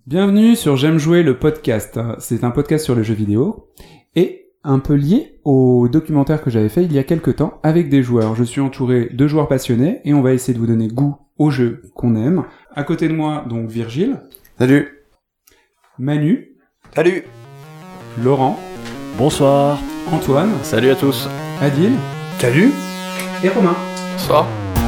Bienvenue sur J'aime jouer le podcast. C'est un podcast sur les jeux vidéo et un peu lié au documentaire que j'avais fait il y a quelques temps avec des joueurs. Je suis entouré de joueurs passionnés et on va essayer de vous donner goût aux jeux qu'on aime. À côté de moi, donc Virgile. Salut. Manu. Salut. Laurent. Bonsoir. Antoine. Salut à tous. Adil. Salut. Et Romain. Bonsoir.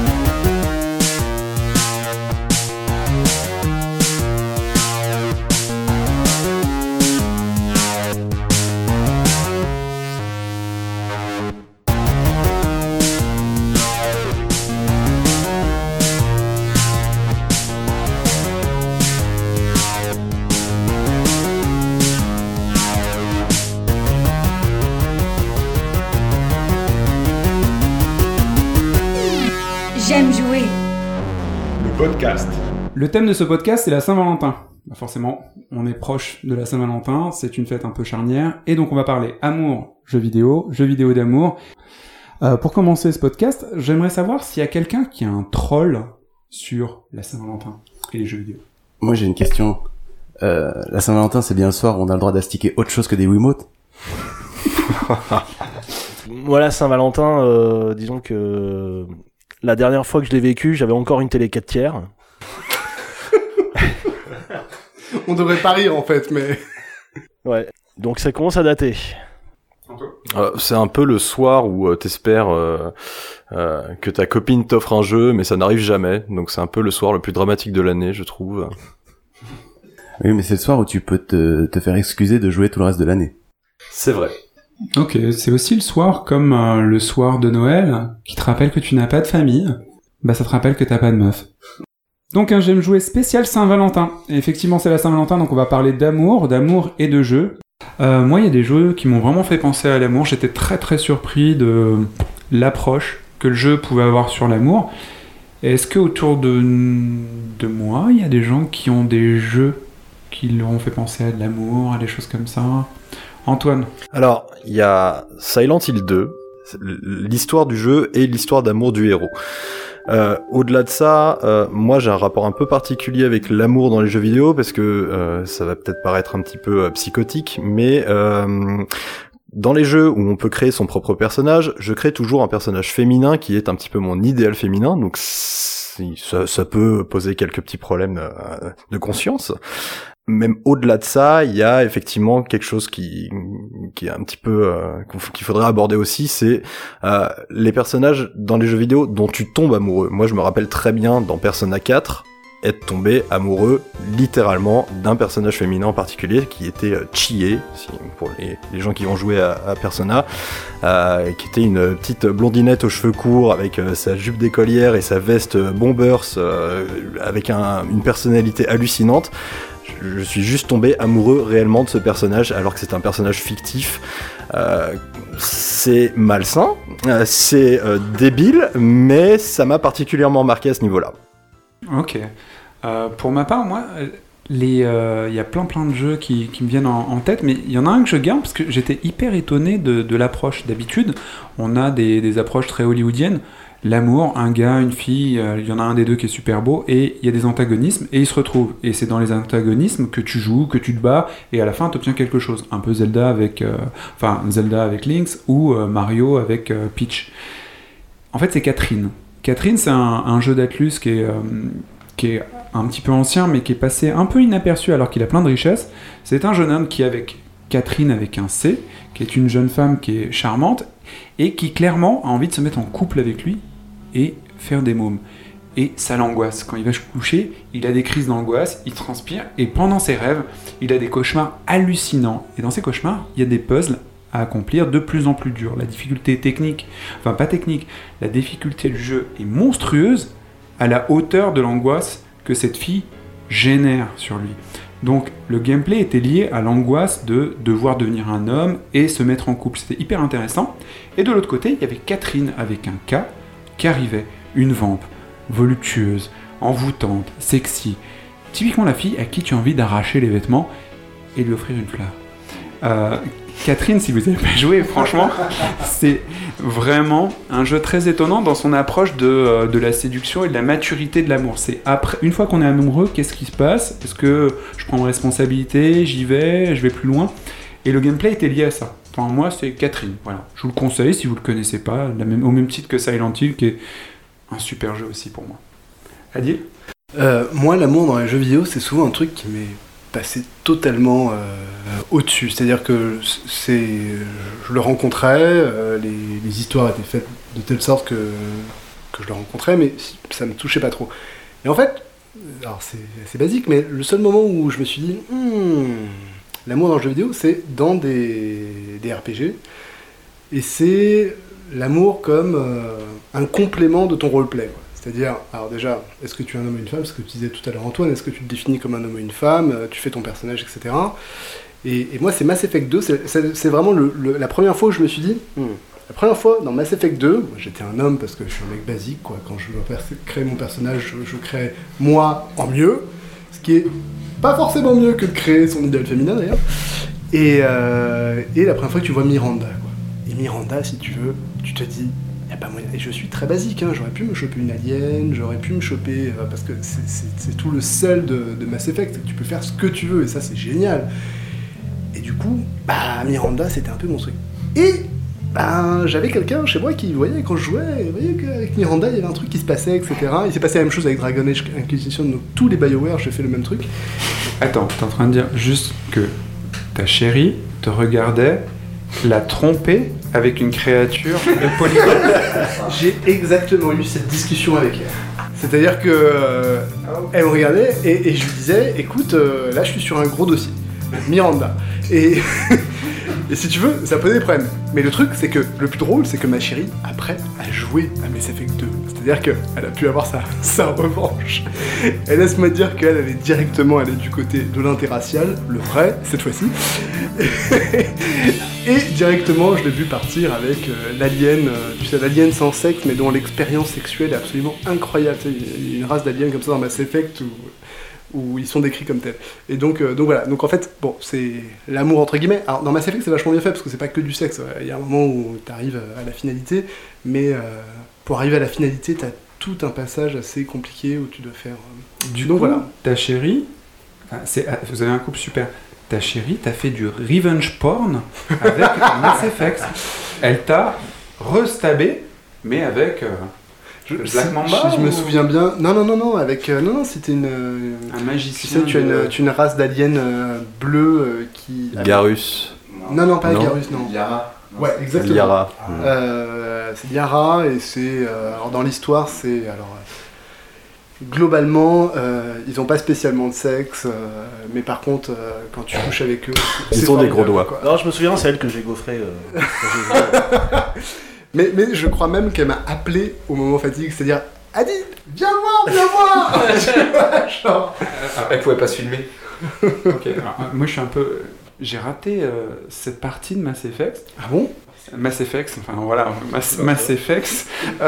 J'aime jouer. Le podcast. Le thème de ce podcast, c'est la Saint-Valentin. Forcément, on est proche de la Saint-Valentin, c'est une fête un peu charnière, et donc on va parler amour, jeux vidéo d'amour. Pour commencer ce podcast, j'aimerais savoir s'il y a quelqu'un qui a un troll sur la Saint-Valentin et les jeux vidéo. Moi j'ai une question. La Saint-Valentin c'est bien le soir où on a le droit d'astiquer autre chose que des Wiimotes? Moi, la Saint-Valentin, disons que la dernière fois que je l'ai vécu, j'avais encore une télé 4 tiers. On devrait pas rire en fait, mais... Ouais, donc ça commence à dater. C'est un peu le soir où t'espères que ta copine t'offre un jeu, mais ça n'arrive jamais. Donc c'est un peu le soir le plus dramatique de l'année, je trouve. Oui, mais c'est le soir où tu peux te faire excuser de jouer tout le reste de l'année. C'est vrai. Ok, c'est aussi le soir comme le soir de Noël, qui te rappelle que tu n'as pas de famille. Bah ça te rappelle que t'as pas de meuf. Donc un J'aime jouer spécial Saint-Valentin. Et effectivement c'est la Saint-Valentin, donc on va parler d'amour et de jeux. Moi il y a des jeux qui m'ont vraiment fait penser à l'amour. J'étais très très surpris de l'approche que le jeu pouvait avoir sur l'amour. Est-ce que autour de moi, il y a des gens qui ont des jeux qui leur ont fait penser à de l'amour, à des choses comme ça? Antoine. Alors, il y a Silent Hill 2, l'histoire du jeu et l'histoire d'amour du héros. Au-delà de ça, moi j'ai un rapport un peu particulier avec l'amour dans les jeux vidéo parce que ça va peut-être paraître un petit peu psychotique, mais dans les jeux où on peut créer son propre personnage, je crée toujours un personnage féminin qui est un petit peu mon idéal féminin, donc ça peut poser quelques petits problèmes de conscience. Même au-delà de ça, il y a effectivement quelque chose qui est un petit peu qu'il faudrait aborder aussi, c'est les personnages dans les jeux vidéo dont tu tombes amoureux. Moi, je me rappelle très bien dans Persona 4 être tombé amoureux littéralement d'un personnage féminin en particulier qui était Chie, pour les gens qui ont joué à Persona, qui était une petite blondinette aux cheveux courts avec sa jupe d'écolière et sa veste bombers avec une personnalité hallucinante. Je suis juste tombé amoureux réellement de ce personnage alors que c'est un personnage fictif. C'est malsain, c'est débile, mais ça m'a particulièrement marqué à ce niveau-là. Ok. Pour ma part, moi, il y a plein de jeux qui me viennent en tête, mais il y en a un que je garde parce que j'étais hyper étonné de l'approche. D'habitude, on a des approches très hollywoodiennes. L'amour, un gars, une fille, il y en a un des deux qui est super beau, et il y a des antagonismes, et ils se retrouvent. Et c'est dans les antagonismes que tu joues, que tu te bats, et à la fin, tu obtiens quelque chose. Un peu Zelda avec Lynx, ou Mario avec Peach. En fait, c'est Catherine. Catherine, c'est un jeu d'Atlus qui est un petit peu ancien, mais qui est passé un peu inaperçu alors qu'il a plein de richesses. C'est un jeune homme qui, avec Catherine avec un C, qui est une jeune femme qui est charmante, et qui clairement a envie de se mettre en couple avec lui, et faire des mômes. Et ça l'angoisse. Quand il va se coucher, il a des crises d'angoisse, il transpire, et pendant ses rêves, il a des cauchemars hallucinants. Et dans ces cauchemars, il y a des puzzles à accomplir de plus en plus durs. La difficulté technique, enfin pas technique, la difficulté du jeu est monstrueuse à la hauteur de l'angoisse que cette fille génère sur lui. Donc le gameplay était lié à l'angoisse de devoir devenir un homme et se mettre en couple. C'était hyper intéressant. Et de l'autre côté, il y avait Catherine avec un K qui arrivait, une vampe, voluptueuse, envoûtante, sexy. Typiquement la fille à qui tu as envie d'arracher les vêtements et lui offrir une fleur. Catherine, si vous n'avez pas joué, franchement, c'est vraiment un jeu très étonnant dans son approche de la séduction et de la maturité de l'amour. C'est après, une fois qu'on est amoureux, qu'est-ce qui se passe? Est-ce que je prends mes responsabilités, j'y vais, je vais plus loin? Et le gameplay était lié à ça. Enfin, moi, c'est Catherine. Voilà. Je vous le conseille si vous le connaissez pas, au même titre que Silent Hill, qui est un super jeu aussi pour moi. Adil? Moi, l'amour dans les jeux vidéo, c'est souvent un truc qui m'est passé totalement au-dessus. C'est-à-dire que je le rencontrais, les histoires étaient faites de telle sorte que je le rencontrais, mais ça me touchait pas trop. Et en fait, alors c'est basique, mais le seul moment où je me suis dit l'amour dans le jeu vidéo, c'est dans des RPG, et c'est l'amour comme un complément de ton roleplay, quoi. C'est-à-dire, alors déjà, est-ce que tu es un homme ou une femme? Ce que tu disais tout à l'heure, Antoine, est-ce que tu te définis comme un homme ou une femme? Tu fais ton personnage, etc. Et moi, c'est Mass Effect 2, c'est vraiment la première fois où je me suis dit, la première fois dans Mass Effect 2, j'étais un homme parce que je suis un mec basique, quoi. Quand je dois créer mon personnage, je crée moi en mieux, ce qui est pas forcément mieux que de créer son idéal féminin d'ailleurs. Et la première fois que tu vois Miranda, quoi. Et Miranda, si tu veux, tu te dis, y a pas moyen. Et je suis très basique, hein. J'aurais pu me choper une alien, j'aurais pu me choper parce que c'est tout le sel de Mass Effect, tu peux faire ce que tu veux et ça c'est génial. Et du coup, Miranda c'était un peu mon truc. Et j'avais quelqu'un chez moi qui voyait quand je jouais, il voyait qu'avec Miranda il y avait un truc qui se passait, etc. Il s'est passé la même chose avec Dragon Age Inquisition, donc tous les BioWare j'ai fait le même truc. Attends, t'es en train de dire juste que ta chérie te regardait la tromper avec une créature de polygone. J'ai exactement eu cette discussion avec elle. C'est-à-dire que elle me regardait et je lui disais, écoute, là je suis sur un gros dossier, Miranda. Et si tu veux, ça posait des problèmes. Mais le truc, c'est que le plus drôle, c'est que ma chérie, après, a joué à Mass Effect 2. C'est-à-dire qu'elle a pu avoir sa revanche. Et laisse-moi dire qu'elle allait directement aller du côté de l'interracial, le vrai, cette fois-ci. Et directement, je l'ai vu partir avec l'alien, tu sais, l'alien sans sexe, mais dont l'expérience sexuelle est absolument incroyable. Tu sais, il y a une race d'aliens comme ça dans Mass Effect où ils sont décrits comme tels. Et donc voilà. Donc en fait, bon, c'est l'amour entre guillemets. Alors dans Mass Effect, c'est vachement bien fait parce que c'est pas que du sexe. Il y a un moment où t'arrives à la finalité, mais pour arriver à la finalité, t'as tout un passage assez compliqué où tu dois faire. Du coup, voilà. Ta chérie, vous avez un couple super. Ta chérie t'a fait du revenge porn avec Mass Effect. Elle t'a restabé, mais avec Black Mamba. Je me souviens bien. Non, avec non, c'était un magicien. Tu sais, tu as une race d'aliens bleus qui. Garus. Non, pas Garus, non. Liara. Ouais, exactement. Liara. C'est Liara et c'est alors dans l'histoire c'est alors. Globalement, ils n'ont pas spécialement de sexe, mais par contre, quand tu couches avec eux, ils ont des gros doigts. Quoi. Non, je me souviens, c'est elle que j'ai gaufré. Mais je crois même qu'elle m'a appelé au moment fatigue, c'est-à-dire Adil, viens voir genre... Elle pouvait pas se filmer. Ok, alors, moi je suis un peu... J'ai raté cette partie de Mass Effect. Ah bon? Mass Effect, enfin voilà, Mass Effect.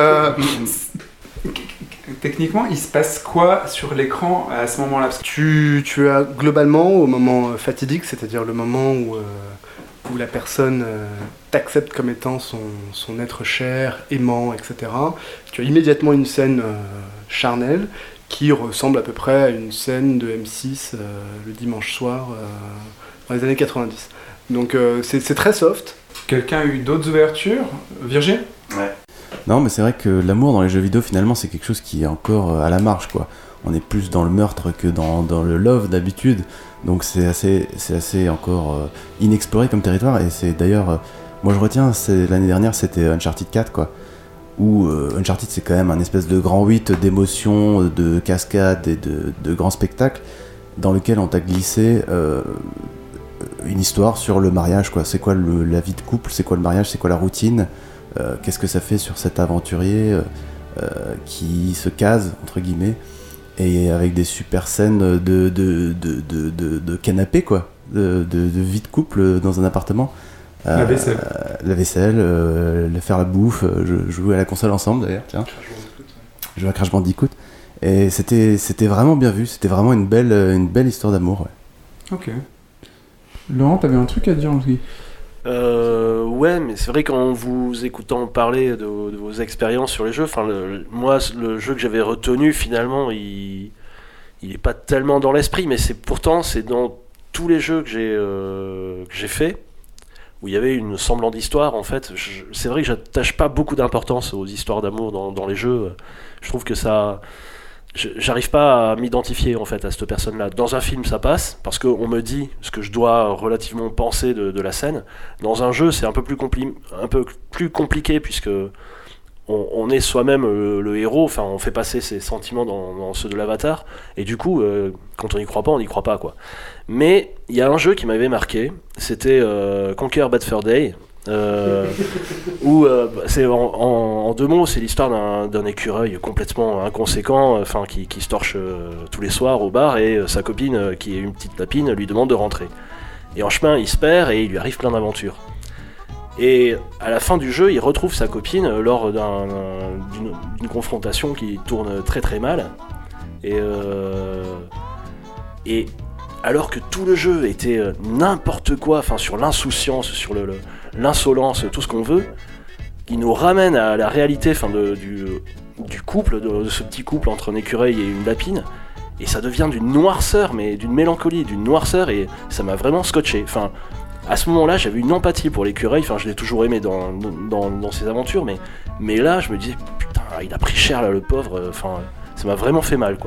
Techniquement, il se passe quoi sur l'écran à ce moment-là? Tu as globalement, au moment fatidique, c'est-à-dire le moment où la personne t'accepte comme étant son être cher, aimant, etc. Tu as immédiatement une scène charnelle qui ressemble à peu près à une scène de M6 le dimanche soir dans les années 90. Donc c'est très soft. Quelqu'un a eu d'autres ouvertures? Virgile? Ouais. Non, mais c'est vrai que l'amour dans les jeux vidéo, finalement, c'est quelque chose qui est encore à la marge, quoi. On est plus dans le meurtre que dans le love d'habitude, donc c'est assez encore inexploré comme territoire. Et c'est d'ailleurs, moi je retiens, l'année dernière c'était Uncharted 4, quoi, où Uncharted c'est quand même un espèce de grand 8 d'émotions, de cascades et de grands spectacles, dans lequel on t'a glissé une histoire sur le mariage, quoi. C'est quoi la vie de couple, c'est quoi le mariage, c'est quoi la routine, qu'est-ce que ça fait sur cet aventurier qui se case, entre guillemets, et avec des super scènes de canapé, quoi, de vie de couple dans un appartement. La vaisselle. Faire la bouffe, jouer à la console ensemble d'ailleurs, tiens. Jouer à Crash Bandicoot. Et c'était vraiment bien vu, c'était vraiment une belle histoire d'amour, ouais. Ok. Laurent, t'avais un truc à dire aussi. Ouais, mais c'est vrai qu'en vous écoutant parler de vos expériences sur les jeux, moi, le jeu que j'avais retenu, finalement, il est pas tellement dans l'esprit, mais c'est dans tous les jeux que j'ai fait, où il y avait une semblant d'histoire, en fait. C'est vrai que j'attache pas beaucoup d'importance aux histoires d'amour dans les jeux. Je trouve que ça... J'arrive pas à m'identifier en fait à cette personne-là. Dans un film, ça passe parce qu'on me dit ce que je dois relativement penser de la scène. Dans un jeu, c'est un peu plus compliqué puisque on est soi-même le héros. Enfin, on fait passer ses sentiments dans ceux de l'avatar. Et du coup, quand on n'y croit pas, on n'y croit pas quoi. Mais il y a un jeu qui m'avait marqué. C'était Conquer Bad Fur Day. Où c'est en deux mots, c'est l'histoire d'un écureuil complètement inconséquent, qui se torche tous les soirs au bar, et sa copine, qui est une petite lapine, lui demande de rentrer. Et en chemin, il se perd et il lui arrive plein d'aventures. Et à la fin du jeu, il retrouve sa copine lors d'une confrontation qui tourne très très mal. Et alors que tout le jeu était n'importe quoi, sur l'insouciance, sur l'insolence, tout ce qu'on veut, il nous ramène à la réalité du couple, de ce petit couple entre un écureuil et une lapine, et ça devient d'une noirceur, mais d'une mélancolie, d'une noirceur, et ça m'a vraiment scotché. À ce moment-là, j'avais une empathie pour l'écureuil, je l'ai toujours aimé dans ses aventures, mais là, je me disais, putain, il a pris cher là, le pauvre, ça m'a vraiment fait mal, quoi.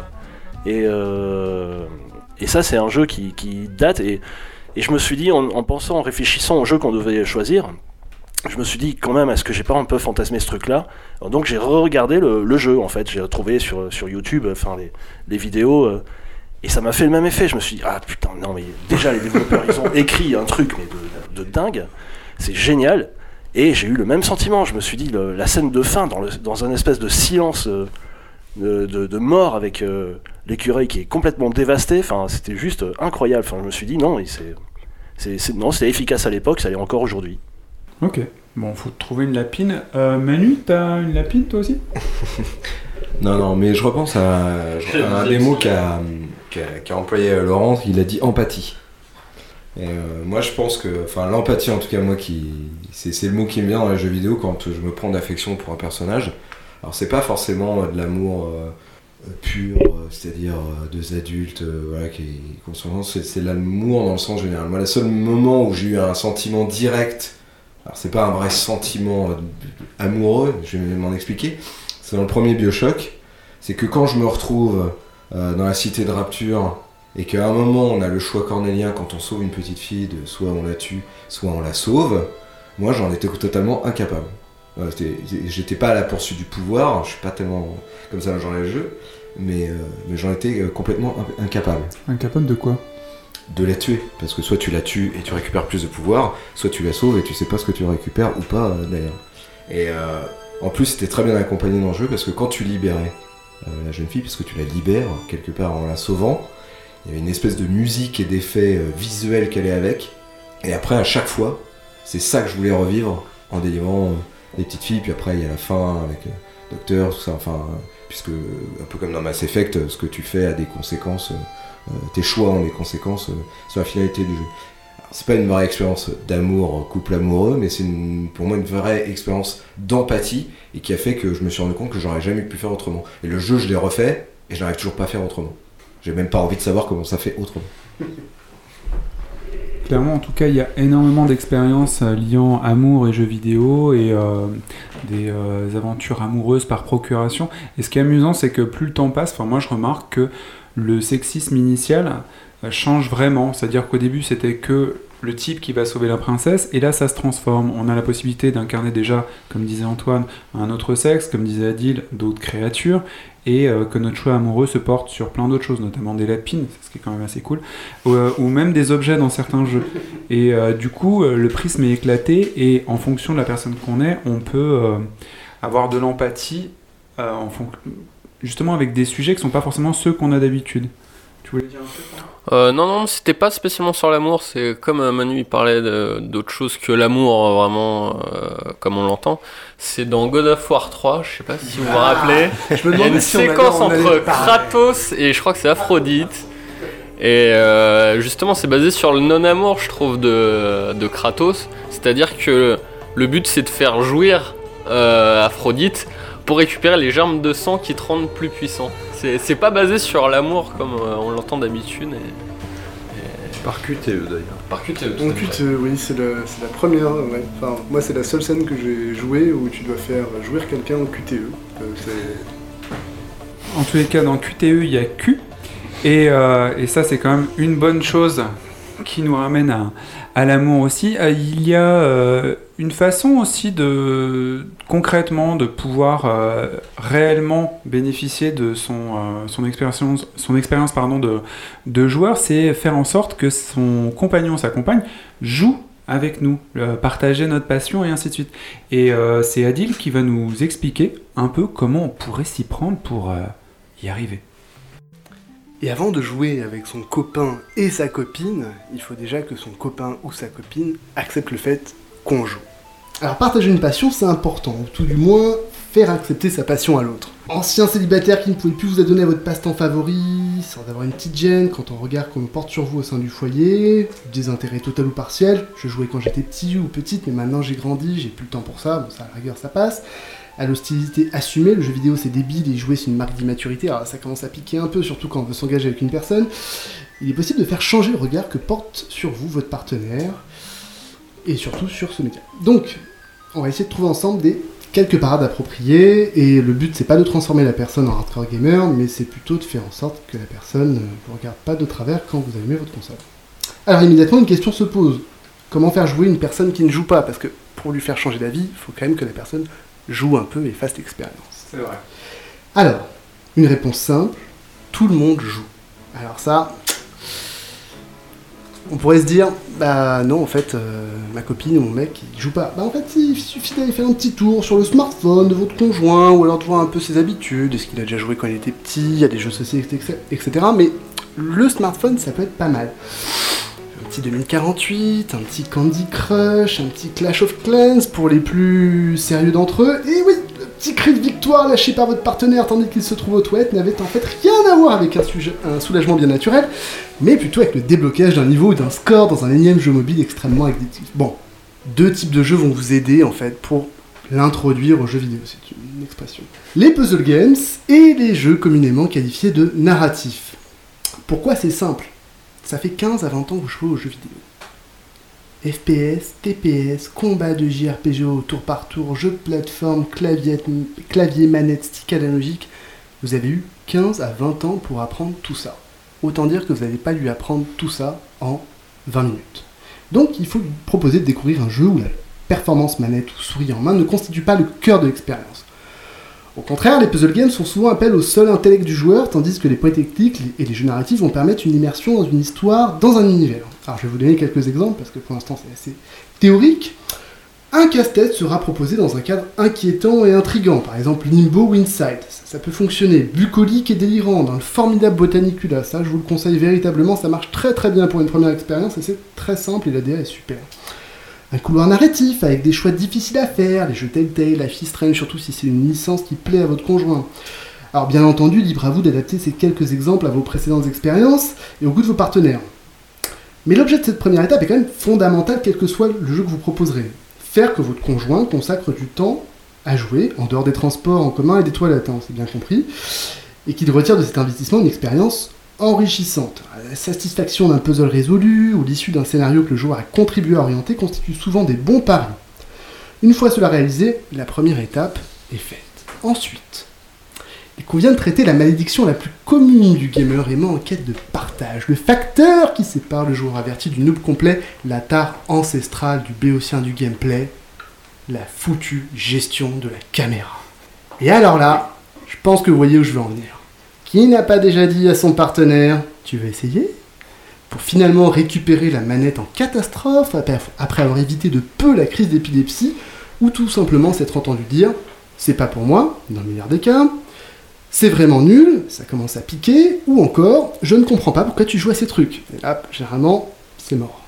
Et ça, c'est un jeu qui date, et je me suis dit, en réfléchissant au jeu qu'on devait choisir, je me suis dit, quand même, est-ce que j'ai pas un peu fantasmé ce truc-là ? Donc j'ai re-regardé le jeu, en fait. J'ai retrouvé sur YouTube les vidéos, et ça m'a fait le même effet. Je me suis dit, ah putain, non, mais déjà, les développeurs, ils ont écrit un truc mais de dingue. C'est génial. Et j'ai eu le même sentiment. Je me suis dit, la scène de fin, dans un espèce de silence de mort avec l'écureuil qui est complètement dévasté, c'était juste incroyable. Je me suis dit, non, c'était efficace à l'époque, ça l'est encore aujourd'hui. Ok, bon, faut trouver une lapine. Manu, t'as une lapine toi aussi ? Non, mais je repense à un des mots qu'a employé Laurent, il a dit empathie. Et moi je pense que, l'empathie en tout cas, moi c'est le mot qui me vient dans les jeux vidéo quand je me prends d'affection pour un personnage. Alors c'est pas forcément de l'amour pur, c'est-à-dire deux adultes qui consomment, c'est l'amour dans le sens général. Moi, le seul moment où j'ai eu un sentiment direct, alors c'est pas un vrai sentiment amoureux, je vais m'en expliquer, c'est dans le premier BioShock, c'est que quand je me retrouve dans la cité de Rapture et qu'à un moment on a le choix cornélien quand on sauve une petite fille de soit on la tue, soit on la sauve, moi j'en étais totalement incapable. J'étais pas à la poursuite du pouvoir, je suis pas tellement comme ça dans le genre de jeu, mais j'en étais complètement incapable. Incapable de quoi ? De la tuer, parce que soit tu la tues et tu récupères plus de pouvoir, soit tu la sauves et tu sais pas ce que tu récupères ou pas d'ailleurs. Et en plus c'était très bien accompagné dans le jeu parce que quand tu libérais la jeune fille, parce que tu la libères quelque part en la sauvant, il y avait une espèce de musique et d'effets visuels qu'elle est avec, et après à chaque fois, c'est ça que je voulais revivre en délivrant des petites filles, puis après il y a la fin avec Docteur, tout ça, puisque un peu comme dans Mass Effect, ce que tu fais a des conséquences, tes choix ont des conséquences sur la finalité du jeu. Alors, c'est pas une vraie expérience d'amour, couple amoureux, mais c'est pour moi une vraie expérience d'empathie, et qui a fait que je me suis rendu compte que j'aurais jamais pu faire autrement. Et le jeu, je l'ai refait, et je n'arrive toujours pas à faire autrement. J'ai même pas envie de savoir comment ça fait autrement. Clairement, en tout cas, il y a énormément d'expériences liant amour et jeux vidéo et des aventures amoureuses par procuration. Et ce qui est amusant, c'est que plus le temps passe, moi je remarque que le sexisme initial change vraiment. C'est-à-dire qu'au début, c'était que le type qui va sauver la princesse, et là ça se transforme. On a la possibilité d'incarner déjà, comme disait Antoine, un autre sexe, comme disait Adil, d'autres créatures, et que notre choix amoureux se porte sur plein d'autres choses, notamment des lapines, ce qui est quand même assez cool, ou même des objets dans certains jeux. Et du coup, le prisme est éclaté, et en fonction de la personne qu'on est, on peut avoir de l'empathie, justement avec des sujets qui ne sont pas forcément ceux qu'on a d'habitude. Tu voulais dire un truc ? Non, c'était pas spécialement sur l'amour, c'est comme Manu il parlait d'autre chose que l'amour, vraiment, comme on l'entend. C'est dans God of War 3, je sais pas si vous vous rappelez. Il y a une séquence entre Kratos et je crois que c'est Aphrodite. Et justement, c'est basé sur le non-amour, je trouve, de Kratos. C'est-à-dire que le but, c'est de faire jouir Aphrodite pour récupérer les germes de sang qui te rendent plus puissant. C'est pas basé sur l'amour comme on l'entend d'habitude. Par QTE d'ailleurs. Par QTE. Donc oui, c'est la première. Ouais. Enfin, moi, c'est la seule scène que j'ai jouée où tu dois faire jouir quelqu'un au QTE. En tous les cas, dans QTE, il y a Q. Et ça, c'est quand même une bonne chose qui nous ramène à l'amour aussi. Il y a une façon aussi concrètement de pouvoir réellement bénéficier de son expérience de joueur, c'est faire en sorte que son compagnon, sa compagne, joue avec nous, partager notre passion et ainsi de suite. Et c'est Adil qui va nous expliquer un peu comment on pourrait s'y prendre pour y arriver. Et avant de jouer avec son copain et sa copine, il faut déjà que son copain ou sa copine accepte le fait qu'on joue. Alors partager une passion, c'est important, ou tout du moins faire accepter sa passion à l'autre. Ancien célibataire qui ne pouvait plus vous adonner à votre passe-temps favori, sans avoir une petite gêne quand on regarde qu'on porte sur vous au sein du foyer, désintérêt total ou partiel, je jouais quand j'étais petit ou petite, mais maintenant j'ai grandi, j'ai plus le temps pour ça, bon ça à la rigueur ça passe. À l'hostilité assumée, le jeu vidéo c'est débile et jouer c'est une marque d'immaturité, alors ça commence à piquer un peu, surtout quand on veut s'engager avec une personne. Il est possible de faire changer le regard que porte sur vous votre partenaire, et surtout sur ce média. Donc, on va essayer de trouver ensemble quelques parades appropriées, et le but c'est pas de transformer la personne en hardcore gamer, mais c'est plutôt de faire en sorte que la personne ne vous regarde pas de travers quand vous allumez votre console. Alors immédiatement une question se pose, comment faire jouer une personne qui ne joue pas? Parce que pour lui faire changer d'avis, il faut quand même que la personne joue un peu et fasse l'expérience. C'est vrai. Alors, une réponse simple, tout le monde joue. Alors ça, on pourrait se dire, bah non en fait, ma copine ou mon mec il joue pas. Bah en fait il suffit d'aller faire un petit tour sur le smartphone de votre conjoint, ou alors de voir un peu ses habitudes, est-ce qu'il a déjà joué quand il était petit, il y a des jeux sociaux, etc. Mais le smartphone ça peut être pas mal. Un petit 2048, un petit Candy Crush, un petit Clash of Clans pour les plus sérieux d'entre eux, et oui, le petit cri de victoire lâché par votre partenaire tandis qu'il se trouve aux toilettes n'avait en fait rien à voir avec un soulagement bien naturel, mais plutôt avec le déblocage d'un niveau ou d'un score dans un énième jeu mobile extrêmement addictif. Bon, deux types de jeux vont vous aider en fait pour l'introduire au jeu vidéo, c'est une expression. Les puzzle games et les jeux communément qualifiés de narratifs. Pourquoi c'est simple? Ça fait 15 à 20 ans que vous jouez aux jeux vidéo. FPS, TPS, combat de JRPG au tour par tour, jeux de plateforme, clavier, manette, stick analogique. Vous avez eu 15 à 20 ans pour apprendre tout ça. Autant dire que vous n'allez pas lui apprendre tout ça en 20 minutes. Donc il faut lui proposer de découvrir un jeu où la performance manette ou souris en main ne constitue pas le cœur de l'expérience. Au contraire, les puzzle games font souvent appel au seul intellect du joueur, tandis que les points techniques et les jeux narratifs vont permettre une immersion dans une histoire, dans un univers. Alors je vais vous donner quelques exemples, parce que pour l'instant c'est assez théorique. Un casse-tête sera proposé dans un cadre inquiétant et intriguant, par exemple Limbo ou Inside. Ça peut fonctionner, bucolique et délirant, dans le formidable Botanicula, ça je vous le conseille véritablement, ça marche très très bien pour une première expérience, et c'est très simple et la DA est super. Un couloir narratif avec des choix difficiles à faire, les jeux Telltale, Life is Strange, surtout si c'est une licence qui plaît à votre conjoint. Alors bien entendu, libre à vous d'adapter ces quelques exemples à vos précédentes expériences et au goût de vos partenaires. Mais l'objet de cette première étape est quand même fondamental quel que soit le jeu que vous proposerez. Faire que votre conjoint consacre du temps à jouer, en dehors des transports en commun et des toilettes, c'est bien compris, et qu'il retire de cet investissement une expérience enrichissante. La satisfaction d'un puzzle résolu ou l'issue d'un scénario que le joueur a contribué à orienter constituent souvent des bons paris. Une fois cela réalisé, la première étape est faite. Ensuite, il convient de traiter la malédiction la plus commune du gamer aimant en quête de partage, le facteur qui sépare le joueur averti du noob complet, la tare ancestrale du béotien du gameplay, la foutue gestion de la caméra. Et alors là, je pense que vous voyez où je veux en venir. Qui n'a pas déjà dit à son partenaire « Tu veux essayer ?» pour finalement récupérer la manette en catastrophe après avoir évité de peu la crise d'épilepsie, ou tout simplement s'être entendu dire « C'est pas pour moi », dans le meilleur des cas, « C'est vraiment nul, ça commence à piquer », ou encore « Je ne comprends pas pourquoi tu joues à ces trucs ». Et là, généralement, c'est mort.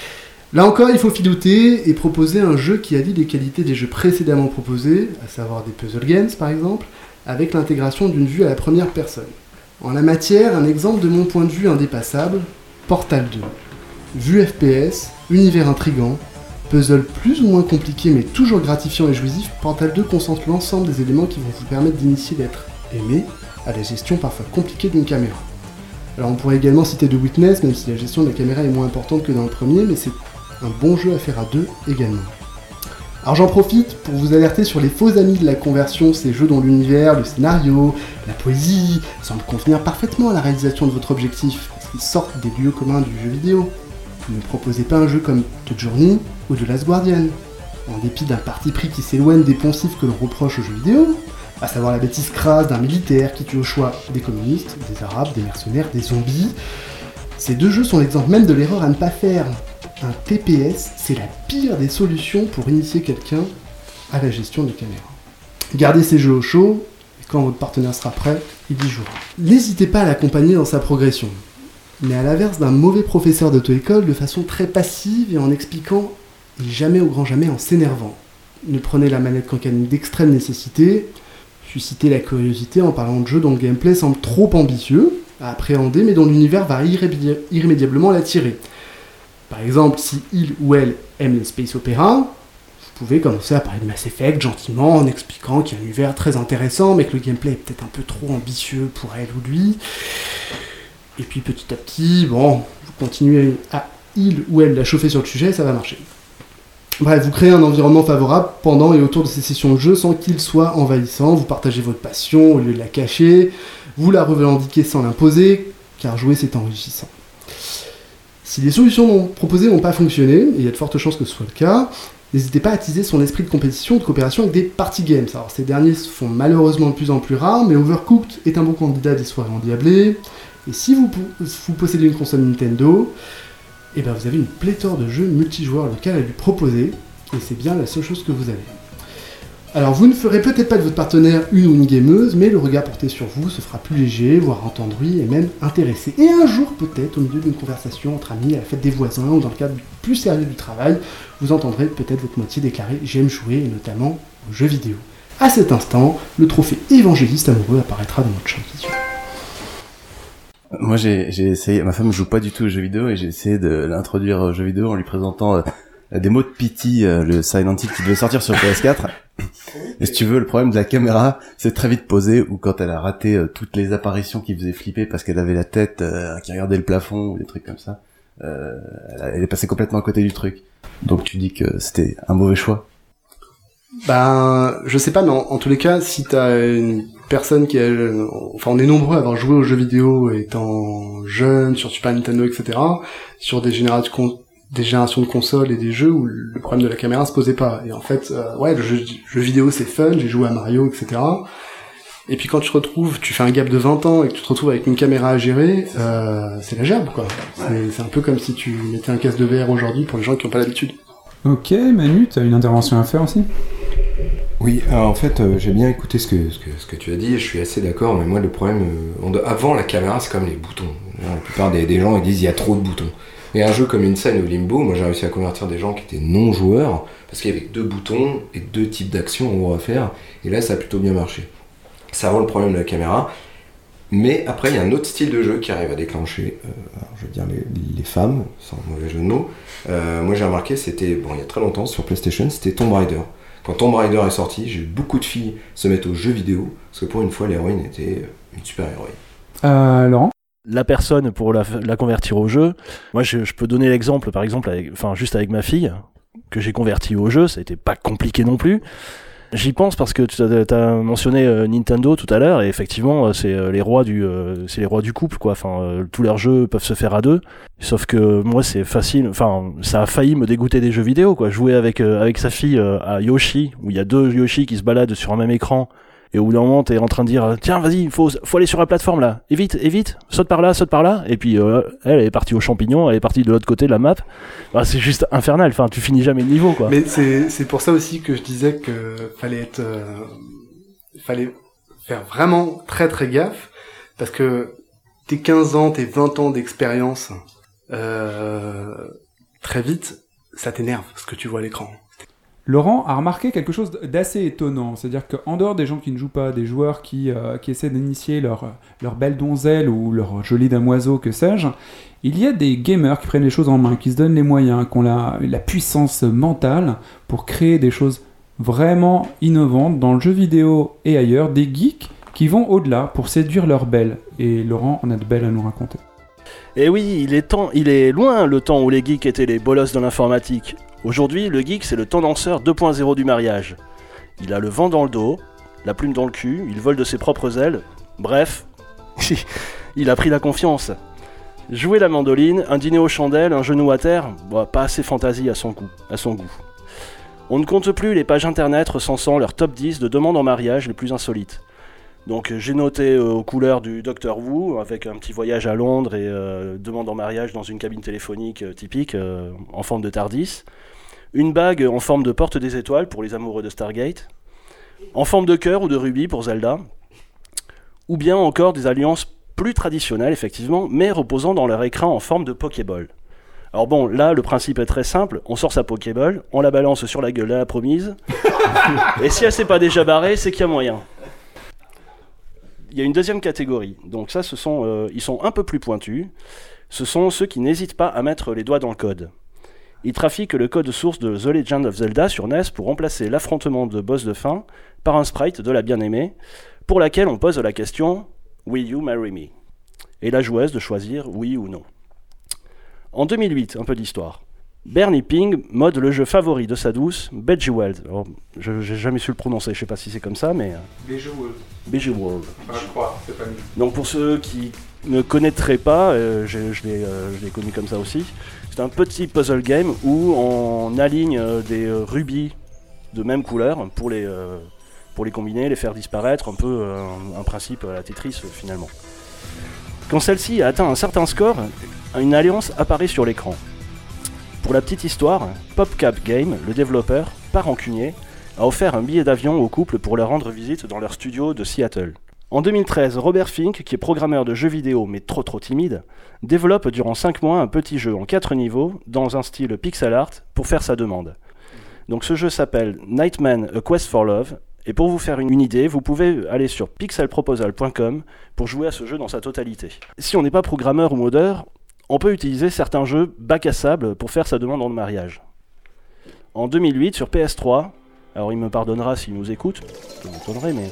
Là encore, il faut filouter et proposer un jeu qui allie les qualités des jeux précédemment proposés, à savoir des puzzle games par exemple, avec l'intégration d'une vue à la première personne. En la matière, un exemple de mon point de vue indépassable, Portal 2. Vue FPS, univers intrigant, puzzle plus ou moins compliqué mais toujours gratifiant et jouissif, Portal 2 concentre l'ensemble des éléments qui vont vous permettre d'initier l'être aimé à la gestion parfois compliquée d'une caméra. Alors on pourrait également citer The Witness, même si la gestion de la caméra est moins importante que dans le premier, mais c'est un bon jeu à faire à deux également. Alors j'en profite pour vous alerter sur les faux amis de la conversion, ces jeux dont l'univers, le scénario, la poésie semblent convenir parfaitement à la réalisation de votre objectif, parce qu'ils sortent des lieux communs du jeu vidéo. Ne proposez pas un jeu comme The Journey ou The Last Guardian. En dépit d'un parti pris qui s'éloigne des poncifs que l'on reproche aux jeux vidéo, à savoir la bêtise crasse d'un militaire qui tue au choix des communistes, des arabes, des mercenaires, des zombies, ces deux jeux sont l'exemple même de l'erreur à ne pas faire. Un TPS, c'est la pire des solutions pour initier quelqu'un à la gestion de caméra. Gardez ces jeux au chaud, et quand votre partenaire sera prêt, il y jouera. N'hésitez pas à l'accompagner dans sa progression, mais à l'inverse d'un mauvais professeur d'auto-école, de façon très passive et en expliquant, et jamais au grand jamais en s'énervant. Ne prenez la manette qu'en cas d'extrême nécessité, suscitez la curiosité en parlant de jeux dont le gameplay semble trop ambitieux à appréhender, mais dont l'univers va irrémédiablement l'attirer. Par exemple, si il ou elle aime les space opéra, vous pouvez commencer à parler de Mass Effect gentiment en expliquant qu'il y a un univers très intéressant, mais que le gameplay est peut-être un peu trop ambitieux pour elle ou lui. Et puis petit à petit, vous continuez à il ou elle la chauffer sur le sujet, ça va marcher. Bref, vous créez un environnement favorable pendant et autour de ces sessions de jeu sans qu'il soit envahissant, vous partagez votre passion au lieu de la cacher, vous la revendiquez sans l'imposer, car jouer c'est enrichissant. Si les solutions proposées n'ont pas fonctionné, et il y a de fortes chances que ce soit le cas, n'hésitez pas à attiser son esprit de compétition ou de coopération avec des party games. Alors ces derniers se font malheureusement de plus en plus rares, mais Overcooked est un bon candidat des soirées endiablées, et si vous possédez une console Nintendo, et vous avez une pléthore de jeux multijoueurs locaux à lui proposer, et c'est bien la seule chose que vous avez. Alors vous ne ferez peut-être pas de votre partenaire une ou une gameuse, mais le regard porté sur vous se fera plus léger, voire entendri et même intéressé. Et un jour peut-être, au milieu d'une conversation entre amis, à la fête des voisins ou dans le cadre plus sérieux du travail, vous entendrez peut-être votre moitié déclarer « j'aime jouer » et notamment aux jeux vidéo. À cet instant, le trophée évangéliste amoureux apparaîtra dans notre champ de vision. Moi j'ai essayé, ma femme joue pas du tout aux jeux vidéo et j'ai essayé de l'introduire aux jeux vidéo en lui présentant la démo de Pity, le Silent Hill qui devait sortir sur PS4. Et si tu veux, le problème de la caméra, c'est très vite posé, ou quand elle a raté toutes les apparitions qui faisaient flipper parce qu'elle avait la tête qui regardait le plafond ou des trucs comme ça, elle est passée complètement à côté du truc. Donc tu dis que c'était un mauvais choix? Je sais pas, mais en tous les cas, si t'as une personne qui on est nombreux à avoir joué aux jeux vidéo étant jeune, sur Super Nintendo, etc., sur des générations de consoles et des jeux où le problème de la caméra se posait pas. Et en fait, le jeu vidéo c'est fun, j'ai joué à Mario, etc. Et puis quand tu fais un gap de 20 ans et que tu te retrouves avec une caméra à gérer, c'est la gerbe, quoi. C'est un peu comme si tu mettais un casque de VR aujourd'hui pour les gens qui n'ont pas l'habitude. Ok, Manu, t'as une intervention à faire aussi? Oui, alors en fait, j'ai bien écouté ce que tu as dit, et je suis assez d'accord, mais moi le problème, avant la caméra, c'est comme les boutons. La plupart des gens ils disent il y a trop de boutons. Et un jeu comme Insane ou Limbo, moi j'ai réussi à convertir des gens qui étaient non-joueurs, parce qu'il y avait 2 boutons et 2 types d'actions en gros à faire, et là ça a plutôt bien marché. Ça rend le problème de la caméra, mais après il y a un autre style de jeu qui arrive à déclencher, je veux dire les femmes, sans mauvais jeu de mots. Moi j'ai remarqué, c'était, il y a très longtemps, sur PlayStation, c'était Tomb Raider. Quand Tomb Raider est sorti, j'ai vu beaucoup de filles se mettre aux jeux vidéo, parce que pour une fois l'héroïne était une super héroïne. Laurent? La personne pour la convertir au jeu, moi je peux donner l'exemple par exemple juste avec ma fille que j'ai convertie au jeu, ça a été pas compliqué non plus. J'y pense parce que tu as mentionné Nintendo tout à l'heure et effectivement c'est les rois du couple quoi. Tous leurs jeux peuvent se faire à deux. Sauf que moi c'est facile. Ça a failli me dégoûter des jeux vidéo quoi. Jouer avec sa fille à Yoshi où il y a 2 Yoshi qui se baladent sur un même écran. Et au bout d'un moment, t'es en train de dire tiens, vas-y, faut aller sur la plateforme là, et vite, saute par là, et puis elle est partie aux champignons, elle est partie de l'autre côté de la map. C'est juste infernal. Tu finis jamais le niveau quoi. Mais c'est pour ça aussi que je disais que fallait faire vraiment très très gaffe, parce que tes 15 ans, tes 20 ans d'expérience, très vite, ça t'énerve ce que tu vois à l'écran. Laurent a remarqué quelque chose d'assez étonnant, c'est-à-dire qu'en dehors des gens qui ne jouent pas, des joueurs qui essaient d'initier leur belle donzelle ou leur jolie damoiseau, que sais-je, il y a des gamers qui prennent les choses en main, qui se donnent les moyens, qui ont la puissance mentale pour créer des choses vraiment innovantes dans le jeu vidéo et ailleurs, des geeks qui vont au-delà pour séduire leur belle. Et Laurent en a de belles à nous raconter. Et oui, il est loin le temps où les geeks étaient les bolosses de l'informatique. Aujourd'hui, le geek, c'est le tendanceur 2.0 du mariage. Il a le vent dans le dos, la plume dans le cul, il vole de ses propres ailes. Bref, il a pris la confiance. Jouer la mandoline, un dîner aux chandelles, un genou à terre, pas assez fantaisie à son goût. On ne compte plus les pages internet recensant leurs top 10 de demandes en mariage les plus insolites. Donc j'ai noté aux couleurs du Dr Who, avec un petit voyage à Londres et demande en mariage dans une cabine téléphonique typique, en forme de TARDIS. Une bague en forme de porte des étoiles pour les amoureux de Stargate. En forme de cœur ou de rubis pour Zelda. Ou bien encore des alliances plus traditionnelles, effectivement, mais reposant dans leur écran en forme de Pokéball. Alors bon, là, le principe est très simple. On sort sa Pokéball, on la balance sur la gueule à la promise. Et si elle s'est pas déjà barrée, c'est qu'il y a moyen. Il y a une deuxième catégorie. Donc ça, ils sont un peu plus pointus. Ce sont ceux qui n'hésitent pas à mettre les doigts dans le code. Ils trafiquent le code source de The Legend of Zelda sur NES pour remplacer l'affrontement de boss de fin par un sprite de la bien-aimée, pour laquelle on pose la question « Will you marry me ?» et la joueuse de choisir oui ou non. En 2008, un peu d'histoire. Bernie Ping mode le jeu favori de sa douce, Bejeweled. Alors, j'ai jamais su le prononcer, je sais pas si c'est comme ça, mais... Bejeweled. Enfin, je crois, c'est pas mieux. Donc pour ceux qui ne connaîtraient pas, je l'ai connu comme ça aussi, c'est un petit puzzle game où on aligne des rubis de même couleur pour les combiner, les faire disparaître, un peu un principe à la Tetris finalement. Quand celle-ci a atteint un certain score, une alliance apparaît sur l'écran. Pour la petite histoire, PopCap Game, le développeur, pas rancunier, a offert un billet d'avion au couple pour leur rendre visite dans leur studio de Seattle. En 2013, Robert Fink, qui est programmeur de jeux vidéo mais trop timide, développe durant 5 mois un petit jeu en 4 niveaux dans un style pixel art pour faire sa demande. Donc ce jeu s'appelle Nightman A Quest for Love, et pour vous faire une idée, vous pouvez aller sur pixelproposal.com pour jouer à ce jeu dans sa totalité. Si on n'est pas programmeur ou modeur, on peut utiliser certains jeux bac à sable pour faire sa demande en mariage. En 2008, sur PS3, alors il me pardonnera s'il nous écoute, ça m'étonnerait, mais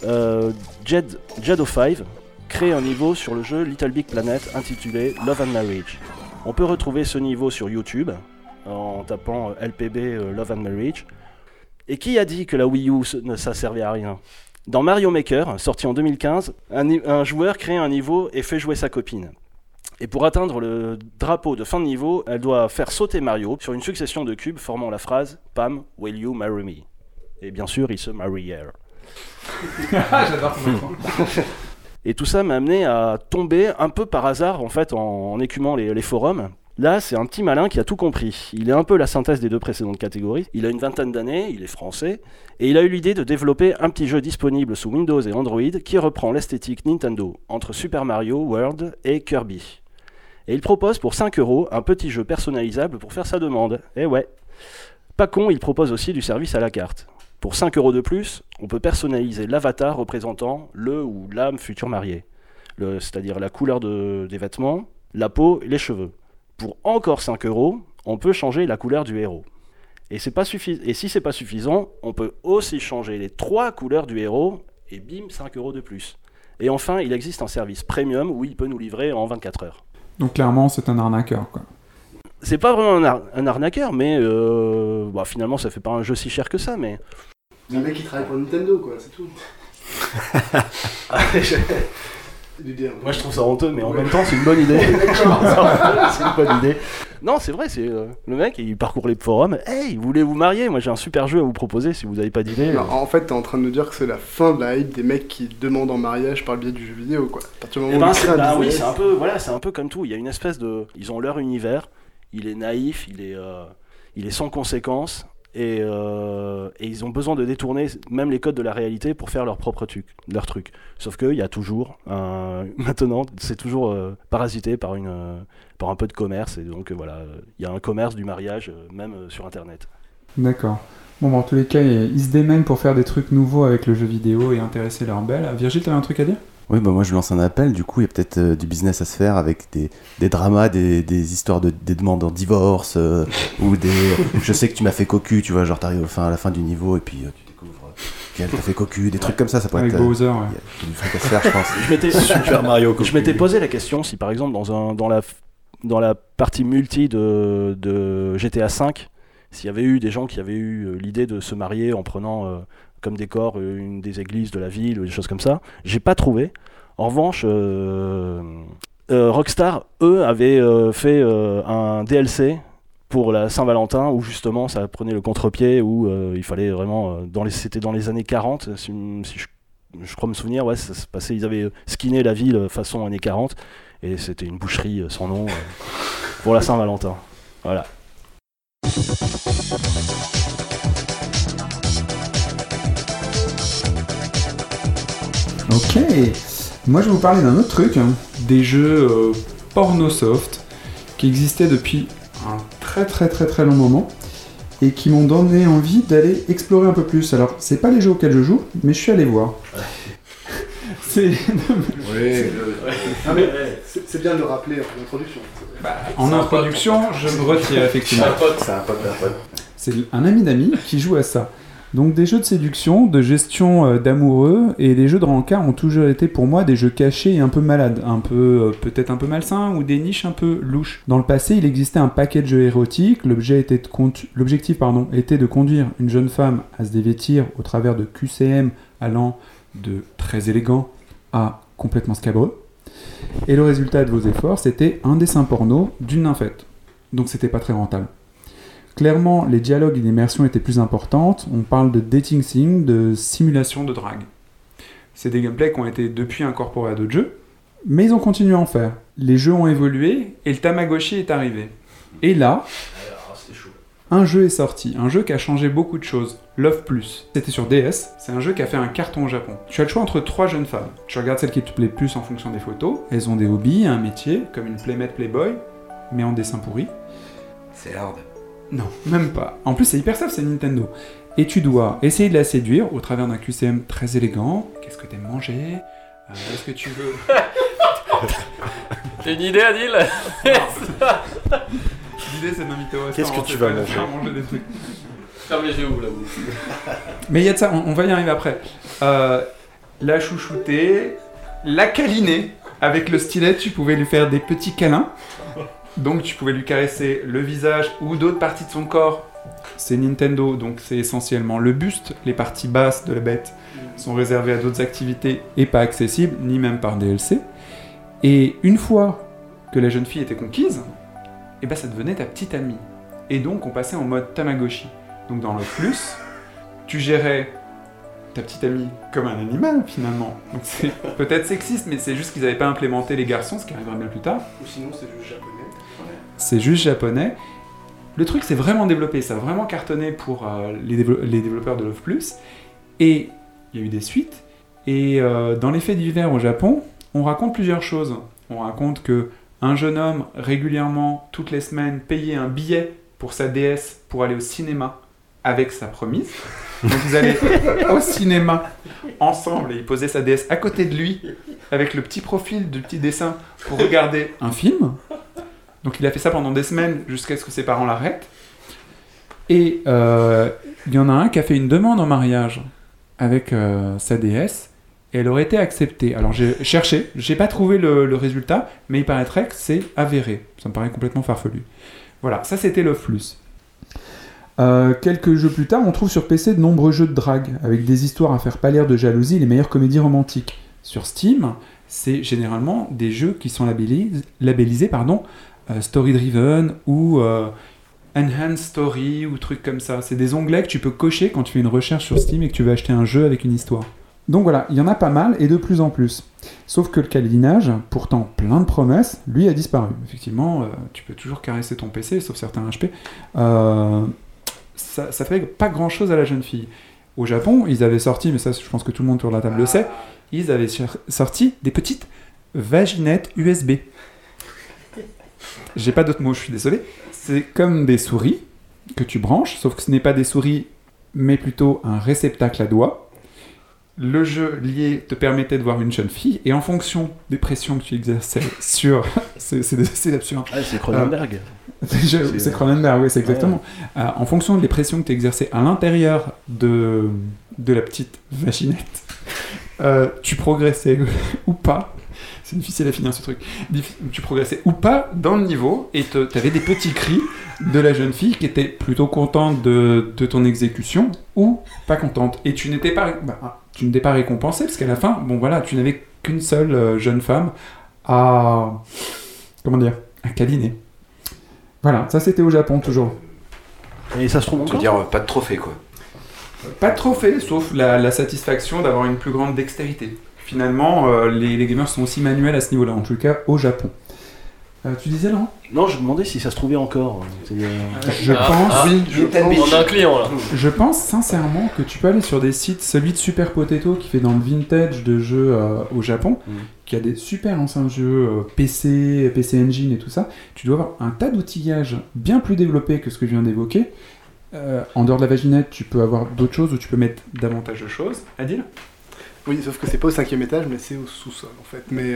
Jed05 crée un niveau sur le jeu Little Big Planet intitulé Love and Marriage. On peut retrouver ce niveau sur YouTube en tapant LPB Love and Marriage. Et qui a dit que la Wii U ça servait à rien ? Dans Mario Maker, sorti en 2015, un joueur crée un niveau et fait jouer sa copine. Et pour atteindre le drapeau de fin de niveau, elle doit faire sauter Mario sur une succession de cubes formant la phrase « Pam, will you marry me ?» Et bien sûr, ils se marièrent. J'adore ça. Et tout ça m'a amené à tomber un peu par hasard, en fait, en écumant les forums. Là, c'est un petit malin qui a tout compris. Il est un peu la synthèse des deux précédentes catégories. Il a une 20aine d'années, il est français, et il a eu l'idée de développer un petit jeu disponible sous Windows et Android qui reprend l'esthétique Nintendo entre Super Mario World et Kirby. Et il propose pour 5€ un petit jeu personnalisable pour faire sa demande. Et ouais. Pas con, il propose aussi du service à la carte. Pour 5€ de plus, on peut personnaliser l'avatar représentant le ou l'âme future mariée. C'est-à-dire la couleur des vêtements, la peau et les cheveux. Pour encore 5€, on peut changer la couleur du héros. Et si c'est pas suffisant, on peut aussi changer les 3 couleurs du héros, et bim, 5€ de plus. Et enfin, il existe un service premium où il peut nous livrer en 24 heures. Donc clairement, c'est un arnaqueur, quoi. C'est pas vraiment un arnaqueur, mais finalement, ça fait pas un jeu si cher que ça, mais... C'est un mec qui travaille pour Nintendo, quoi, c'est tout. Moi je trouve ça honteux, mais en même temps c'est une bonne idée. C'est une bonne idée. Non, c'est vrai, c'est le mec il parcourt les forums. Hey, vous voulez vous marier ? Moi j'ai un super jeu à vous proposer si vous n'avez pas d'idée. Non, en fait, t'es en train de nous dire que c'est la fin de la hype des mecs qui demandent en mariage par le biais du jeu vidéo, quoi. À partir du moment où ils créent un business. Oui, c'est un peu comme tout. Il y a une espèce de, ils ont leur univers. Il est naïf, il est sans conséquences. Et ils ont besoin de détourner même les codes de la réalité pour faire leur propre truc. Sauf qu'il y a toujours maintenant, c'est toujours parasité par un peu de commerce, et donc voilà, il y a un commerce du mariage même sur internet. D'accord. Bon, en tous les cas, ils se démènent pour faire des trucs nouveaux avec le jeu vidéo et intéresser leur belle. Virgile, t'avais un truc à dire ? Oui, bah moi je lance un appel, du coup il y a peut-être du business à se faire avec des dramas, des histoires des demandes en divorce, ou des... Je sais que tu m'as fait cocu, tu vois, genre t'arrives à la fin du niveau et puis tu découvres qu'elle t'a fait cocu, des trucs comme ça pourrait avec être... Bowser, ouais. Il y a du truc à se faire, je pense. Super Mario Cocu. Je m'étais posé la question si par exemple dans la partie multi de GTA V, s'il y avait eu des gens qui avaient eu l'idée de se marier en prenant comme décor une des églises de la ville ou des choses comme ça, j'ai pas trouvé. En revanche, Rockstar, eux, avaient fait un DLC pour la Saint-Valentin où justement ça prenait le contre-pied, où il fallait vraiment... c'était dans les années 40, si je crois me souvenir, ouais, ça se passait, ils avaient skinné la ville façon années 40, et c'était une boucherie sans nom pour la Saint-Valentin. Voilà. Ok. Moi, je vais vous parler d'un autre truc, des jeux porno soft qui existaient depuis un très très très très long moment et qui m'ont donné envie d'aller explorer un peu plus. Alors, c'est pas les jeux auxquels je joue, mais je suis allé voir. C'est bien de le rappeler en introduction. en introduction, je me retire effectivement. C'est un pote d'un pote. C'est un ami d'amis qui joue à ça. Donc des jeux de séduction, de gestion d'amoureux, et les jeux de rencard ont toujours été pour moi des jeux cachés et un peu malades, peut-être un peu malsains, ou des niches un peu louches. Dans le passé, il existait un paquet de jeux érotiques, l'objectif était de conduire une jeune femme à se dévêtir au travers de QCM allant de très élégant à complètement scabreux. Et le résultat de vos efforts, c'était un dessin porno d'une nymphette. Donc c'était pas très rentable. Clairement, les dialogues et l'immersion étaient plus importantes. On parle de dating sim, de simulation de drague. C'est des gameplays qui ont été depuis incorporés à d'autres jeux, mais ils ont continué à en faire. Les jeux ont évolué et le Tamagotchi est arrivé. Et là, un jeu est sorti, un jeu qui a changé beaucoup de choses. Love Plus. C'était sur DS, c'est un jeu qui a fait un carton au Japon. Tu as le choix entre 3 jeunes femmes. Tu regardes celle qui te plaît plus en fonction des photos. Elles ont des hobbies, un métier, comme une playmate Playboy, mais en dessin pourri. C'est hard. Non, même pas. En plus, c'est hyper simple, c'est Nintendo. Et tu dois essayer de la séduire au travers d'un QCM très élégant. Qu'est-ce que t'aimes manger Est-ce que tu veux... T'as une idée, Adil? L'idée, c'est d'inviter au restaurant. Qu'est-ce que tu vas manger des trucs. Fermez-les où, là, vous? Mais il y a de ça, on va y arriver après. La chouchouter, la câliner. Avec le stylet, tu pouvais lui faire des petits câlins. Donc tu pouvais lui caresser le visage ou d'autres parties de son corps. C'est Nintendo, donc c'est essentiellement le buste. Les parties basses de la bête sont réservées à d'autres activités et pas accessibles, ni même par DLC. Et une fois que la jeune fille était conquise, et ben ça devenait ta petite amie. Et donc on passait en mode Tamagotchi. Donc dans le plus, tu gérais ta petite amie comme un animal finalement. Donc c'est peut-être sexiste, mais c'est juste qu'ils n'avaient pas implémenté les garçons, ce qui arrivera bien plus tard. Ou sinon c'est juste japonais. C'est juste japonais. Le truc s'est vraiment développé, ça a vraiment cartonné pour les développeurs de Love Plus. Et il y a eu des suites. Et dans les faits divers au Japon, on raconte plusieurs choses. On raconte que un jeune homme, régulièrement, toutes les semaines, payait un billet pour sa déesse pour aller au cinéma avec sa promise. Donc ils allaient au cinéma ensemble et il posait sa déesse à côté de lui avec le petit profil du petit dessin pour regarder un film. Donc il a fait ça pendant des semaines jusqu'à ce que ses parents l'arrêtent. Et il y en a un qui a fait une demande en mariage avec sa déesse et elle aurait été acceptée. Alors j'ai cherché, j'ai pas trouvé le résultat, mais il paraîtrait que c'est avéré. Ça me paraît complètement farfelu. Voilà, ça c'était Love Plus. Quelques jeux plus tard, on trouve sur PC de nombreux jeux de drague, avec des histoires à faire pâlir de jalousie, les meilleures comédies romantiques. Sur Steam, c'est généralement des jeux qui sont labellisés Story Driven ou Enhanced Story ou trucs comme ça. C'est des onglets que tu peux cocher quand tu fais une recherche sur Steam et que tu veux acheter un jeu avec une histoire. Donc voilà, il y en a pas mal et de plus en plus. Sauf que le câlinage, pourtant plein de promesses, lui a disparu. Effectivement, tu peux toujours caresser ton PC, sauf certains HP. Ça fait pas grand chose à la jeune fille. Au Japon, ils avaient sorti, mais ça je pense que tout le monde autour de la table le sait, ils avaient sorti des petites vaginettes USB. J'ai pas d'autres mots, je suis désolé. C'est comme des souris, que tu branches, sauf que ce n'est pas des souris, mais plutôt un réceptacle à doigts. Le jeu lié te permettait de voir une jeune fille, et en fonction des pressions que tu exerçais sur... c'est absurde. Ah, c'est Cronenberg. C'est Cronenberg, oui, c'est exactement. En fonction des pressions que tu exerçais à l'intérieur de la petite vaginette, tu progressais ou pas. C'est difficile à finir ce truc. Tu progressais ou pas dans le niveau, et tu avais des petits cris de la jeune fille qui était plutôt contente de ton exécution ou pas contente. Et tu n'étais pas récompensé, parce qu'à la fin, bon voilà, tu n'avais qu'une seule jeune femme à câliner. Voilà, ça c'était au Japon toujours. Et ça se trouve Tu veux encore dire pas de trophée quoi. Pas de trophée, sauf la satisfaction d'avoir une plus grande dextérité. Finalement, les gamers sont aussi manuels à ce niveau-là, en tout cas au Japon. Tu disais, Laurent ? Non, je me demandais si ça se trouvait encore. Je pense... Oui, On a un client là. Je pense sincèrement que tu peux aller sur des sites, celui de Super Potato qui fait dans le vintage de jeux au Japon, qui a des super anciens jeux PC Engine et tout ça. Tu dois avoir un tas d'outillages bien plus développés que ce que je viens d'évoquer. En dehors de la vaginette, tu peux avoir d'autres choses où tu peux mettre davantage de choses. Adil ? Oui, sauf que c'est pas au 5e étage, mais c'est au sous-sol en fait. Mais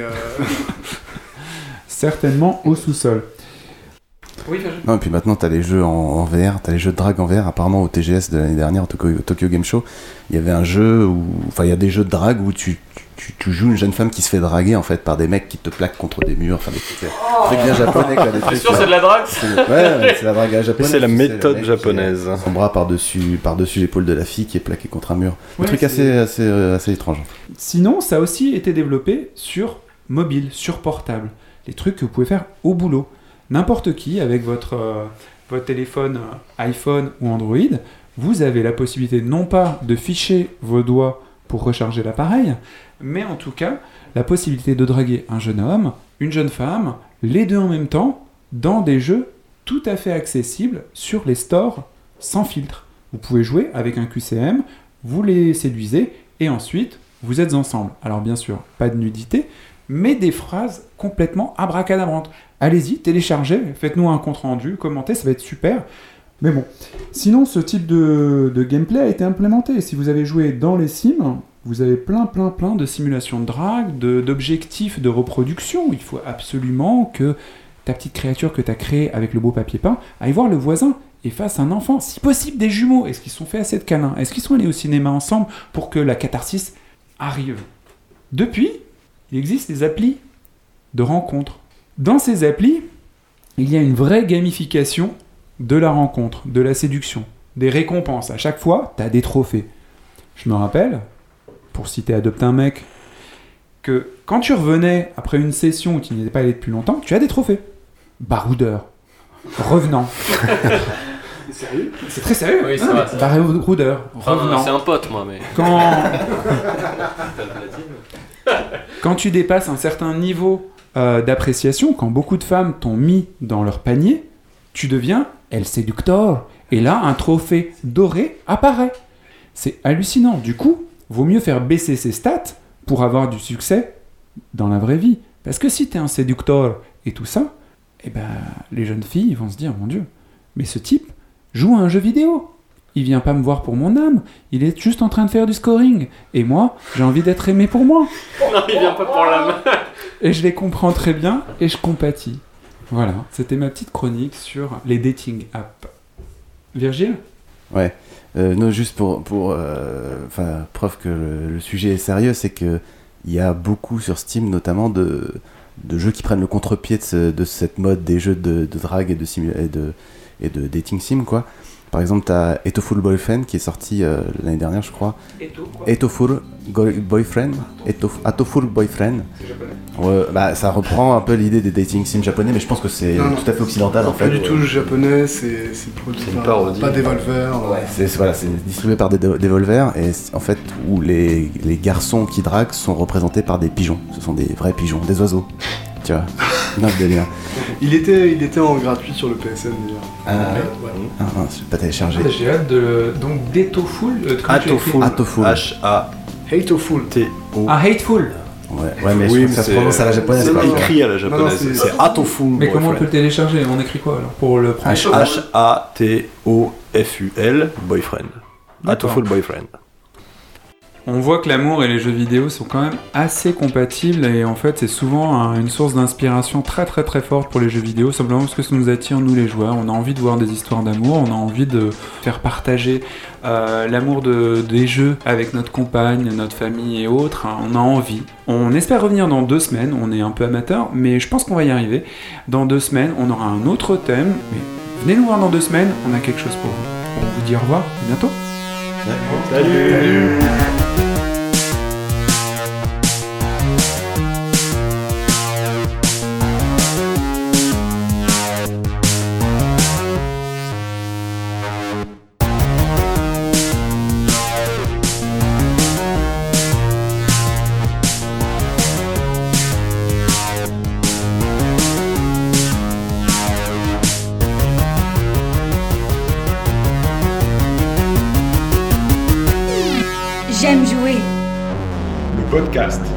certainement au sous-sol. Oui, non, et puis maintenant, t'as les jeux en VR, t'as les jeux de drague en VR. Apparemment, au TGS de l'année dernière, au Tokyo Game Show, il y avait un jeu où... Enfin, il y a des jeux de drague où tu joues une jeune femme qui se fait draguer, en fait, par des mecs qui te plaquent contre des murs. Enfin, des trucs bien japonais, quoi. C'est sûr, c'est de la drague. Ouais, c'est la drague à la japonaise. C'est la tu sais, méthode le mec japonaise. Son bras par-dessus l'épaule de la fille qui est plaqué contre un mur. Un Ouais, truc assez étrange. Sinon, ça a aussi été développé sur mobile, sur portable. Les trucs que vous pouvez faire au boulot. N'importe qui, avec votre téléphone iPhone ou Android, vous avez la possibilité non pas de ficher vos doigts pour recharger l'appareil, mais en tout cas, la possibilité de draguer un jeune homme, une jeune femme, les deux en même temps, dans des jeux tout à fait accessibles sur les stores sans filtre. Vous pouvez jouer avec un QCM, vous les séduisez, et ensuite, vous êtes ensemble. Alors bien sûr, pas de nudité, mais des phrases complètement abracadabrantes. Allez-y, téléchargez, faites-nous un compte-rendu, commentez, ça va être super. Mais bon, sinon ce type de gameplay a été implémenté. Si vous avez joué dans les sims, vous avez plein de simulations de drague, d'objectifs de reproduction. Il faut absolument que ta petite créature que tu as créée avec le beau papier peint aille voir le voisin et fasse un enfant. Si possible, des jumeaux. Est-ce qu'ils se sont fait assez de câlins ? Est-ce qu'ils sont allés au cinéma ensemble pour que la catharsis arrive ? Depuis, il existe des applis de rencontres. Dans ces applis, il y a une vraie gamification de la rencontre, de la séduction, des récompenses. À chaque fois, tu as des trophées. Je me rappelle, pour citer Adopte un mec, que quand tu revenais après une session où tu n'y étais pas allé depuis longtemps, tu as des trophées. Baroudeur, revenant. c'est sérieux ? C'est très sérieux. Oui, c'est vrai. Baroudeur, revenant. C'est un pote, moi, mais. Quand tu dépasses un certain niveau d'appréciation, quand beaucoup de femmes t'ont mis dans leur panier, tu deviens El Seductor. Et là, un trophée doré apparaît. C'est hallucinant. Du coup, vaut mieux faire baisser ses stats pour avoir du succès dans la vraie vie. Parce que si t'es un séducteur et tout ça, eh ben, les jeunes filles vont se dire, mon Dieu, mais ce type joue à un jeu vidéo. Il vient pas me voir pour mon âme, il est juste en train de faire du scoring. Et moi, j'ai envie d'être aimé pour moi. Non, il vient pas pour la main. Et je les comprends très bien et je compatis. Voilà, c'était ma petite chronique sur les dating apps. Virgile ? Ouais. Non, juste pour preuve que le sujet est sérieux, c'est que il y a beaucoup sur Steam, notamment de jeux qui prennent le contre-pied de cette mode des jeux de drague et de dating sim, quoi. Par exemple, t'as Etoful Boyfriend qui est sorti l'année dernière, je crois. Etoful Boyfriend. Etoful Boyfriend. Ouais, bah, ça reprend un peu l'idée des dating sims japonais, mais je pense que c'est tout à fait occidental en fait. Pas du tout japonais, c'est produit une par parodie. pas Devolver. Ouais, c'est distribué par Devolver et en fait où les garçons qui draguent sont représentés par des pigeons. Ce sont des vrais pigeons, des oiseaux. Tu vois, non, le délire. Il était en gratuit sur le PSN déjà. Ah ouais. Ah non, je vais pas télécharger. J'ai hâte de donc d'Etoful. Atoful. Atoful. H-A-T-O. Hateful. Ah, Hateful. Ouais, mais je crois que ça se prononce à la japonaise. C'est quoi. écrit à la japonaise. Non, c'est Atofu. Mais comment on peut Boyfriend. le télécharger? On écrit quoi alors pour le prendre? H-A-T-O-F-U-L, boyfriend. D'accord. Atofu boyfriend. On voit que l'amour et les jeux vidéo sont quand même assez compatibles et en fait c'est souvent une source d'inspiration très très très forte pour les jeux vidéo, simplement parce que ça nous attire nous les joueurs. On a envie de voir des histoires d'amour, on a envie de faire partager l'amour des jeux avec notre compagne, notre famille et autres. On a envie. On espère revenir dans 2 semaines, on est un peu amateur, mais je pense qu'on va y arriver. Dans 2 semaines, on aura un autre thème, mais venez nous voir dans 2 semaines, on a quelque chose pour vous. On vous dit au revoir, à bientôt. Salut. J'aime jouer. Le podcast.